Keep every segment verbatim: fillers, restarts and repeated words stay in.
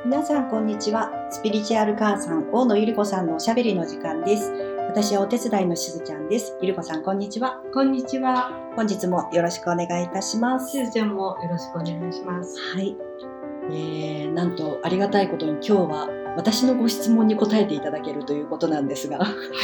皆さんこんにちは。スピリチュアル母さん大野ゆり子さんのおしゃべりの時間です。私はお手伝いのしずちゃんです。ゆり子さんこんにちは。 こんにちは。 本日もよろしくお願いいたします。 しずちゃんもよろしくお願いします。 はい、えー、なんとありがたいことに今日は私のご質問に答えていただけるということなんですが、はい、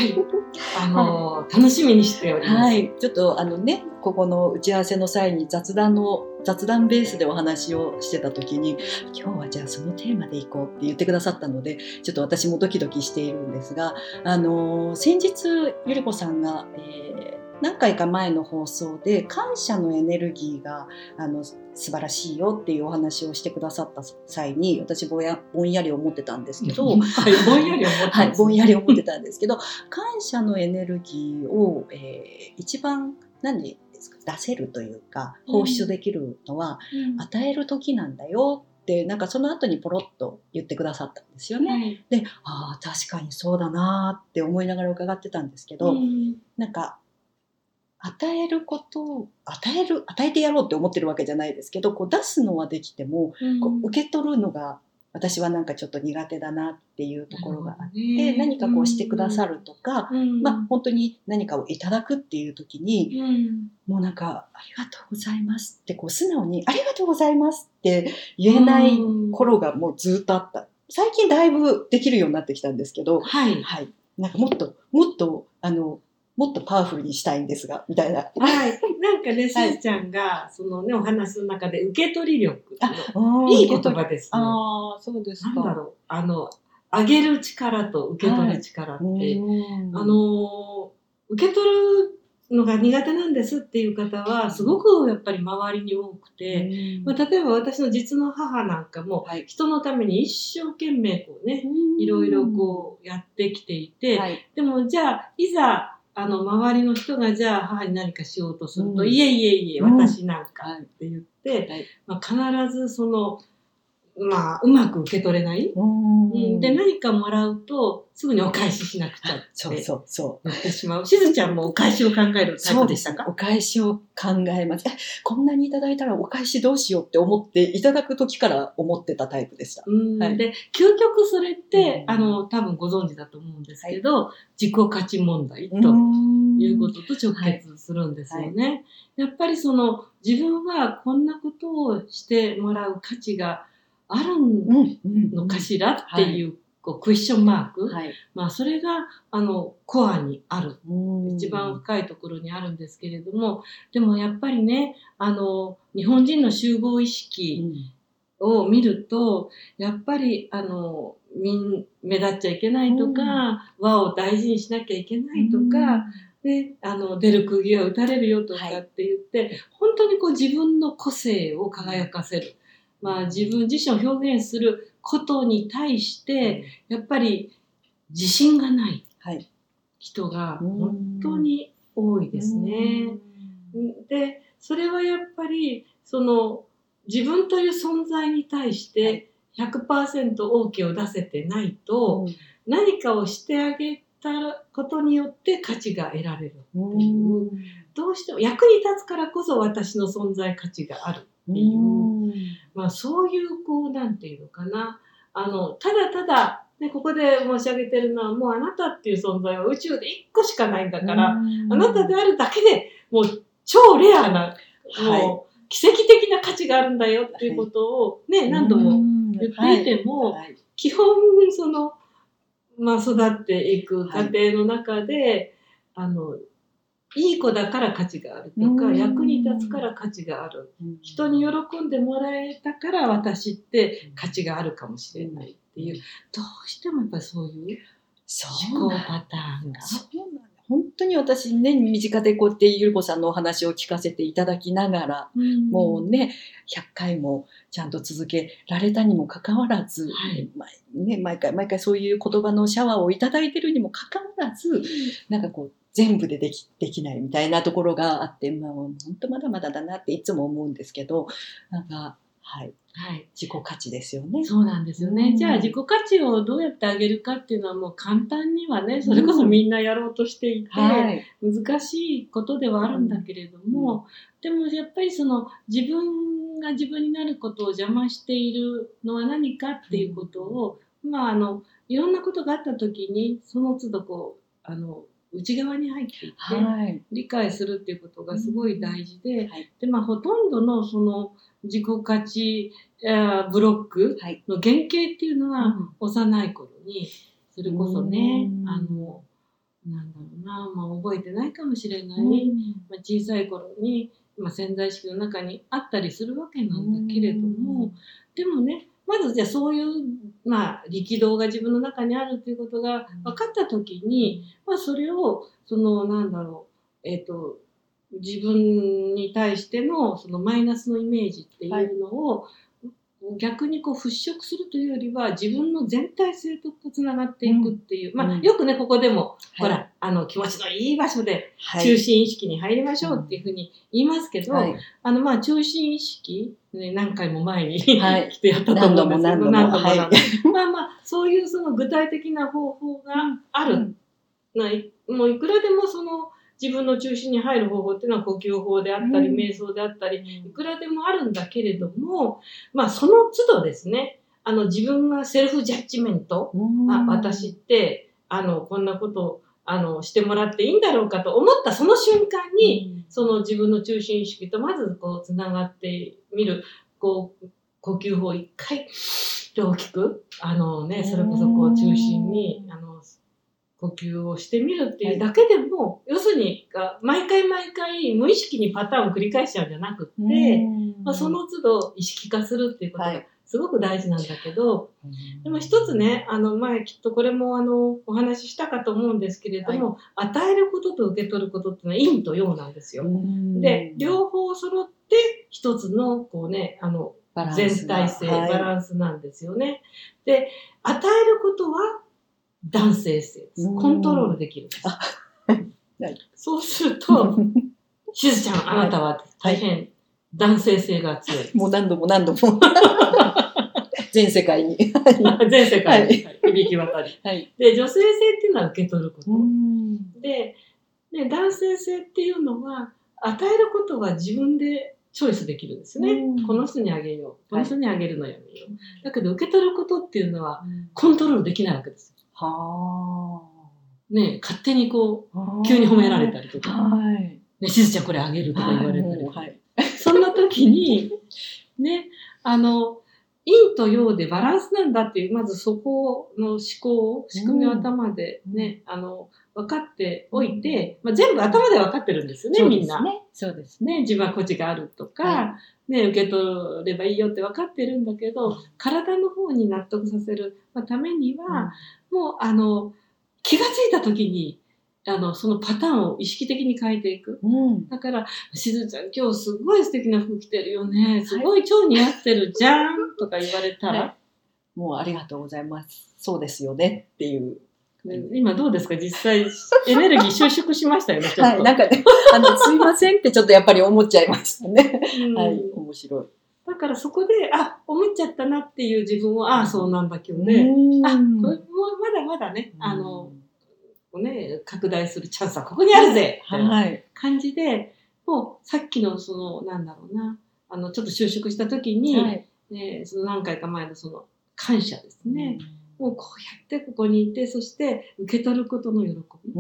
あのー、楽しみにしております。 はい、ちょっとあのね、ここの打ち合わせの際に雑談の雑談ベースでお話をしてた時に、今日はじゃあそのテーマでいこうって言ってくださったので、ちょっと私もドキドキしているんですが、あのー、先日ゆり子さんが、えー何回か前の放送で感謝のエネルギーがあの素晴らしいよっていうお話をしてくださった際に、私ぼやぼんやり思ってたんですけど、 はい、ぼんやり思ってたんです、ね、 はい、ぼんやり思ってたんですけど、感謝のエネルギーを、えー、一番何ですか、出せるというか放出できるのは、うん、与える時なんだよってなんかその後にポロッと言ってくださったんですよね。はい、で、ああ確かにそうだなって思いながら伺ってたんですけど、うん、なんか与えることを与える与えてやろうって思ってるわけじゃないですけど、こう出すのはできても、うん、こう受け取るのが私はなんかちょっと苦手だなっていうところがあって、ね、何かこうしてくださるとか、うん、まあ本当に何かをいただくっていう時に、うん、もうなんかありがとうございますってこう素直にありがとうございますって言えない頃がもうずっとあった。最近だいぶできるようになってきたんですけど、 はい、はい、 なんかもっともっとあのもっとパワフルにしたいんですがみたいな。 はい。なんかね、しずちゃんがそのねお話の中で受け取り力のいい言葉ですね。 ああ、そうですか。 なんだろう、あの上げる力と受け取る力って、はい、あの受け取るのが苦手なんですっていう方はすごくやっぱり周りに多くて、まあ、例えば私の実の母なんかも人のために一生懸命こうね、いろいろこうやってきていて、はい、でもじゃあいざあの、周りの人がじゃあ母に何かしようとすると、うん、いえいえいえ、私なんかって言って、はい、まあ、必ずその、まあ、うまく受け取れない。うん、で、何かもらうと、すぐにお返ししなくちゃって。そうそうそう。言ってしまう。しずちゃんもお返しを考えるタイプでしたか？ お返しを考えます。こんなにいただいたらお返しどうしようって思って、いただく時から思ってたタイプでした。 うん、はい、で、究極それって、あの、多分ご存知だと思うんですけど、はい、自己価値問題ということと直結するんですよね。はいはい、やっぱりその、自分はこんなことをしてもらう価値があるのかしらっていう、こうクエスチョンマーク、はい、まあそれがあのコアにある、一番深いところにあるんですけれども、でもやっぱりね、あの日本人の集合意識を見ると、やっぱりあの目立っちゃいけないとか、和を大事にしなきゃいけないとか、で、あの出る釘は打たれるよとかって言って、はい、本当にこう自分の個性を輝かせる。まあ自分自身を表現することに対して、やっぱり自信がない人が本当に多いですね。で、それはやっぱり、その自分という存在に対して ひゃくパーセント OK を出せてないと、何かをしてあげたことによって価値が得られるっていう、どうしても役に立つからこそ私の存在価値があるっていう、まあそういうこうなんていうのかな、あのただただ、ね、ここで申し上げてるのはもうあなたっていう存在は宇宙で一個しかないんだから、あなたであるだけでもう超レアな、もう奇跡的な価値があるんだよっていうことをね、何度も言っていても、基本そのまあ育っていく過程の中で、あのいい子だから価値があるとか、役に立つから価値がある。人に喜んでもらえたから私って価値があるかもしれないっていう、どうしてもやっぱりそういう思考パターンが。 そうなんだ。本当に私ね、身近でこうやってゆり子さんのお話を聞かせていただきながら、うん、もうね、ひゃっかいもちゃんと続けられたにもかかわらず、はい、ね、毎回毎回そういう言葉のシャワーをいただいてるにもかかわらず、なんかこう、全部ででき、できないみたいなところがあって、まあ、本当まだまだだなっていつも思うんですけど、なんか、はい。はい。自己価値ですよね。 そうなんですよね。うん、じゃあ自己価値をどうやって上げるかっていうのはもう簡単にはね、それこそみんなやろうとしていて、うんはい、難しいことではあるんだけれども、うん、でもやっぱりその自分分が自分になることを邪魔しているのは何かっていうことを、まあ、あの、いろんなことがあった時に、その都度こう、あの、内側に入っていって、はい、理解するっていうことがすごい大事で、はい、で、まあ、ほとんどのその自己価値ブロックの原型っていうのは、はい、幼い頃に、それこそね、あの、なんだろうな、まあ、覚えてないかもしれない、まあ、小さい頃に、まあ、潜在意識の中にあったりするわけなんだけれども、でもね、まずじゃあそういう、まあ、力道が自分の中にあるということが分かったときに、まあ、それを、その、なんだろう、えっと、自分に対しての、そのマイナスのイメージっていうのを、はい、逆にこう払拭するというよりは、自分の全体性とつながっていくっていう。うん、まあ、よくね、ここでも、はい、ほら、あの、気持ちのいい場所で、中心意識に入りましょうっていうふうに言いますけど、はい、あの、まあ、中心意識、ね、何回も前に、はい、来てやったと思うんですけど、何度も何度も。何度も何度もまあまあ、そういうその具体的な方法がある。うん、ない、もういくらでもその、自分の中心に入る方法っていうのは呼吸法であったり、うん、瞑想であったり、いくらでもあるんだけれども、まあその都度ですね、あの自分がセルフジャッジメント、うん、あ私って、あの、こんなことを、あの、してもらっていいんだろうかと思ったその瞬間に、うん、その自分の中心意識とまずこうつながってみる、こう、呼吸法を一回、大きく、あのね、それこそこう中心に、あの、呼吸をしてみるっていうだけでも、はい、要するに、毎回毎回無意識にパターンを繰り返しちゃうんじゃなくって、まあ、その都度意識化するっていうことがすごく大事なんだけど、はい、でも一つね、あの、前きっとこれもあの、お話ししたかと思うんですけれども、はい、与えることと受け取ることっていうのは陰と陽なんですよ。で、両方揃って一つの、こうね、あの、全体性、はい、バランスなんですよね。で、与えることは、男性性です。コントロールできるんです。そうすると、しずちゃん、あなたは大変男性性が強い。 もう何度も何度も。全世界に。 全世界に響き渡り。はい、で、女性性っていうのは受け取ること。で、で、男性性っていうのは、与えることは自分でチョイスできるんですね。この人にあげよう。この人にあげるのやめよう。はい、だけど、受け取ることっていうのは、コントロールできないわけです。はあ。ね、勝手にこう、急に褒められたりとか。はい。ね、しずちゃんこれあげるとか言われたりとか。はい。そんな時に、ね、あの、陰と陽でバランスなんだっていう、まずそこの思考、仕組みを頭でね、うん、あの、分かっておいて、まあ、全部頭で分かってるんですよね、みんな。 そうですね。 ね、自分はこっちがあるとか、はい、ね、受け取ればいいよって分かってるんだけど、うん、体の方に納得させるためには、うん、もう、あの、気がついた時に、あの、そのパターンを意識的に変えていく。うん、だから、しずちゃん今日すごい素敵な服着てるよね。すごい超似合ってるじゃんとか言われたら、はい、 もうありがとうございます。そうですよねっていう。 今どうですか実際、エネルギー収縮しましたよね、ちょっと。 はい、なんかね、あの、すいませんってちょっとやっぱり思っちゃいましたね。はい、面白い。 だからそこで、あ、思っちゃったなっていう自分を、ああ、そうなんだ今日ね。あ、これもまだまだね、あの、ね、拡大するチャンスはここにあるぜっていう感じで、もうさっきのその、なんだろうな、あの、ちょっと収縮した時に、はい、ね、その何回か前のその感謝ですね。うん、もうこうやってここにいて、そして受け取ることの喜び。うん、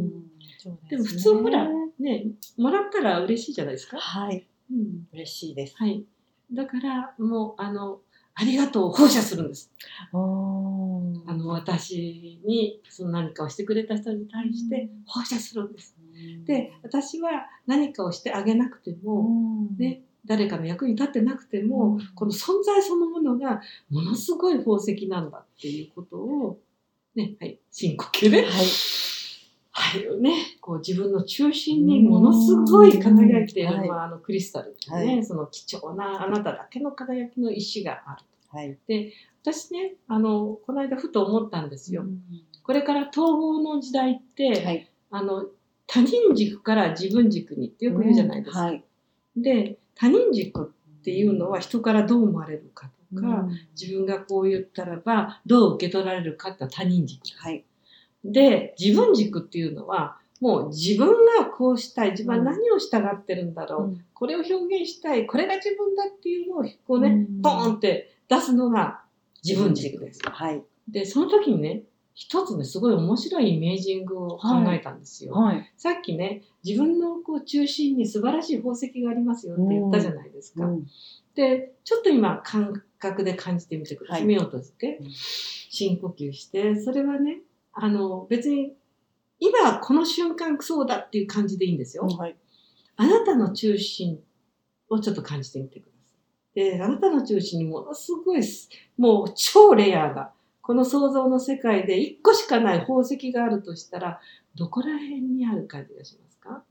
でも普通ほら、ね、もらったら嬉しいじゃないですか。 はい。うん、嬉しいです。 はい。だから、もう、あの、ありがとうを放射するんです。あの、私に、その何かをしてくれた人に対して放射するんです。で、私は何かをしてあげなくても、ね、誰かの役に立ってなくても、この存在そのものがものすごい宝石なんだっていうことを、ね、はい、深呼吸で、はい。はい、ね、こう自分の中心にものすごい輝いている、まあ、あのクリスタルっていうね、はい、その貴重なあなただけの輝きの石がある。はい、で、私ね、あの、この間ふと思ったんですよ。うん、これから統合の時代って、はい、あの、他人軸から自分軸にってよく言うじゃないですか。うん、はい、で、他人軸っていうのは人からどう思われるかとか、うん、自分がこう言ったらばどう受け取られるかって他人軸です。はい、で、自分軸っていうのはもう自分がこうしたい、自分は何をしたがってるんだろう、うん、これを表現したい、これが自分だっていうのをこうね、うん、ドーンって出すのが自分軸です。はい。で、その時にね、一つね、すごい面白いイメージングを考えたんですよ。はいはい、さっきね、自分のこう中心に素晴らしい宝石がありますよって言ったじゃないですか。うん、で、ちょっと今感覚で感じてみてください。はい、目を閉じて、深呼吸して、それはね、あの、別に、今この瞬間そうだっていう感じでいいんですよ。はい、あなたの中心をちょっと感じてみてください。で、あなたの中心にものすごい、もう超レアが、この想像の世界で一個しかない宝石があるとしたら、どこら辺にある感じがしますか？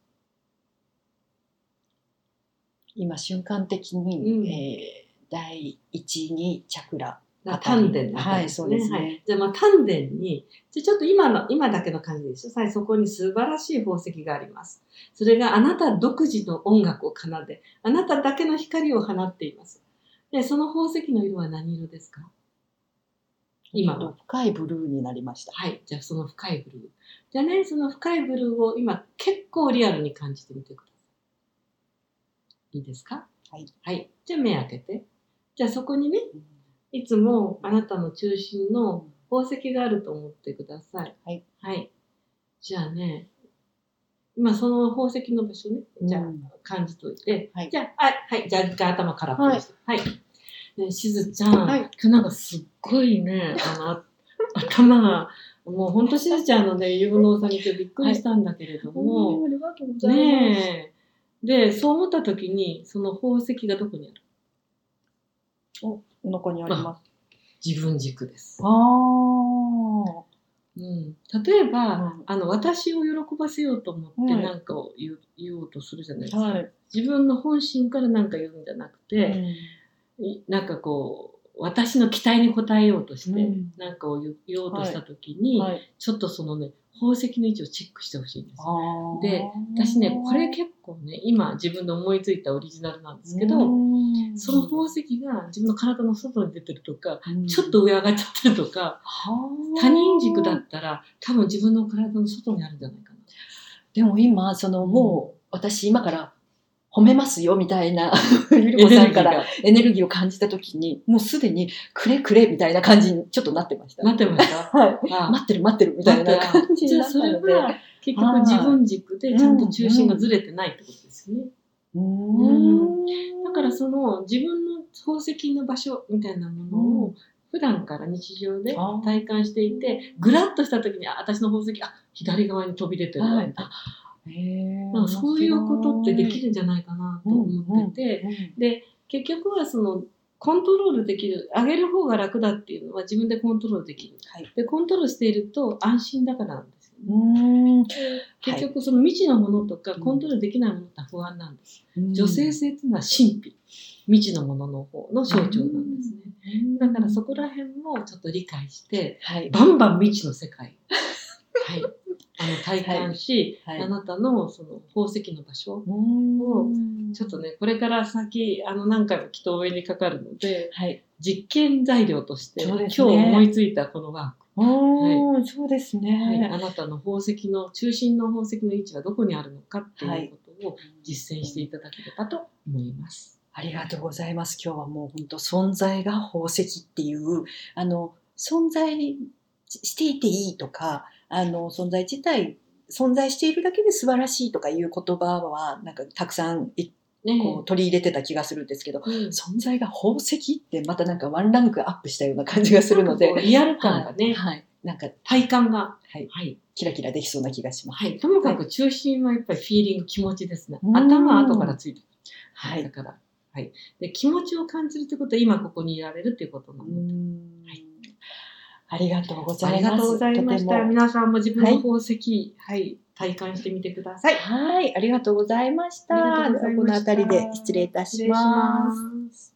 今瞬間的に、うん、えー、第一にチャクラ。 丹田ですね。はい、そうですね。はい、じゃあ、まあ、丹田に、じゃちょっと今の、今だけの感じですよ。そこに素晴らしい宝石があります。それがあなた独自の音楽を奏で、あなただけの光を放っています。で、その宝石の色は何色ですか？ 今は。深いブルーになりました。 はい。じゃあ、その深いブルー。じゃあね、その深いブルーを今、結構リアルに感じてみてください。いいですか？はい。はい。じゃあ、目開けて。じゃあ、そこにね、いつもあなたの中心の宝石があると思ってください。はい。はい。じゃあね、今その宝石の場所ね、じゃあ感じといて。はい。じゃあ、はい。じゃあ一回頭空っぽにして。はい。ね、しずちゃん、はい、今日なんかすっごいね、あの、頭が、もうほんとしずちゃんのね、有能さにてびっくりしたんだけれども。 はい、ありがとうございます。 ねえ。で、そう思った時に、その宝石がどこにある？ お、お腹にあります。 自分軸です。 ああ。 うん、例えば、うん、あの、私を喜ばせようと思って何かを言う、はい、言おうとするじゃないですか。はい、自分の本心から何か言うんじゃなくて、うん、なんかこう、私の期待に応えようとして何かを言おうとしたときに、はいはい、ちょっとそのね、宝石の位置をチェックしてほしいんです。で、私ね、これ結構ね、今自分で思いついたオリジナルなんですけど、その宝石が自分の体の外に出てるとか、ちょっと上上がっちゃってるとか、他人軸だったら多分自分の体の外にあるんじゃないかな。 でも今、そのもう、私今から褒めますよみたいな、ゆりこさんからエネルギーを感じたときに、もうすでにくれくれみたいな感じにちょっとなってました。 なってましたはい。待ってる待ってるみたいな感じになったので。 じゃあそれは結局自分軸でちゃんと中心がずれてないってことですよね。うんうんだからその自分の宝石の場所みたいなものを普段から日常で体感していて、ぐらっとしたときに、あ、私の宝石、あ、左側に飛び出てるわみたいな。へなんかそういうことってできるんじゃないかなと思ってて、うんうんうん、で、結局はその、コントロールできる、上げる方が楽だっていうのは自分でコントロールできる。はい、で、コントロールしていると安心だからなんですよね。うん結局その未知のものとかコントロールできないものって不安なんです。うん、女性性っていうのは神秘。未知のものの方の象徴なんですね。うん、だからそこら辺もちょっと理解して、はい、バンバン未知の世界。はいあの体感し、はいはい、あなたのその宝石の場所をちょっとねこれから先あの何回もきっと応援にかかるので、はい、実験材料として、ね、今日思いついたこのワーク、 はい、そうですね、 はい、あなたの宝石の中心の宝石の位置はどこにあるのかっていうことを実践していただければと思います。 ありがとうございます。今日はもう本当存在が宝石っていうあの存在していていいとかあの存在自体存在しているだけで素晴らしいとかいう言葉はなんかたくさんこう取り入れてた気がするんですけど、うん、存在が宝石ってまたなんかワンランクアップしたような感じがするのでリアル感がね、 はいはい、なんか体感が、 はいはい、キラキラできそうな気がします。 はい、ともかく中心はやっぱりフィーリング気持ちですね。頭は後からついてる。はい、だからはい、で気持ちを感じるということは今ここにいられるということなので、はいありがとうございます。 ありがとうございました。皆さんも自分の宝石、はい、はい、体感してみてください。 はい、ありがとうございました。ではこのあたりで失礼いたします。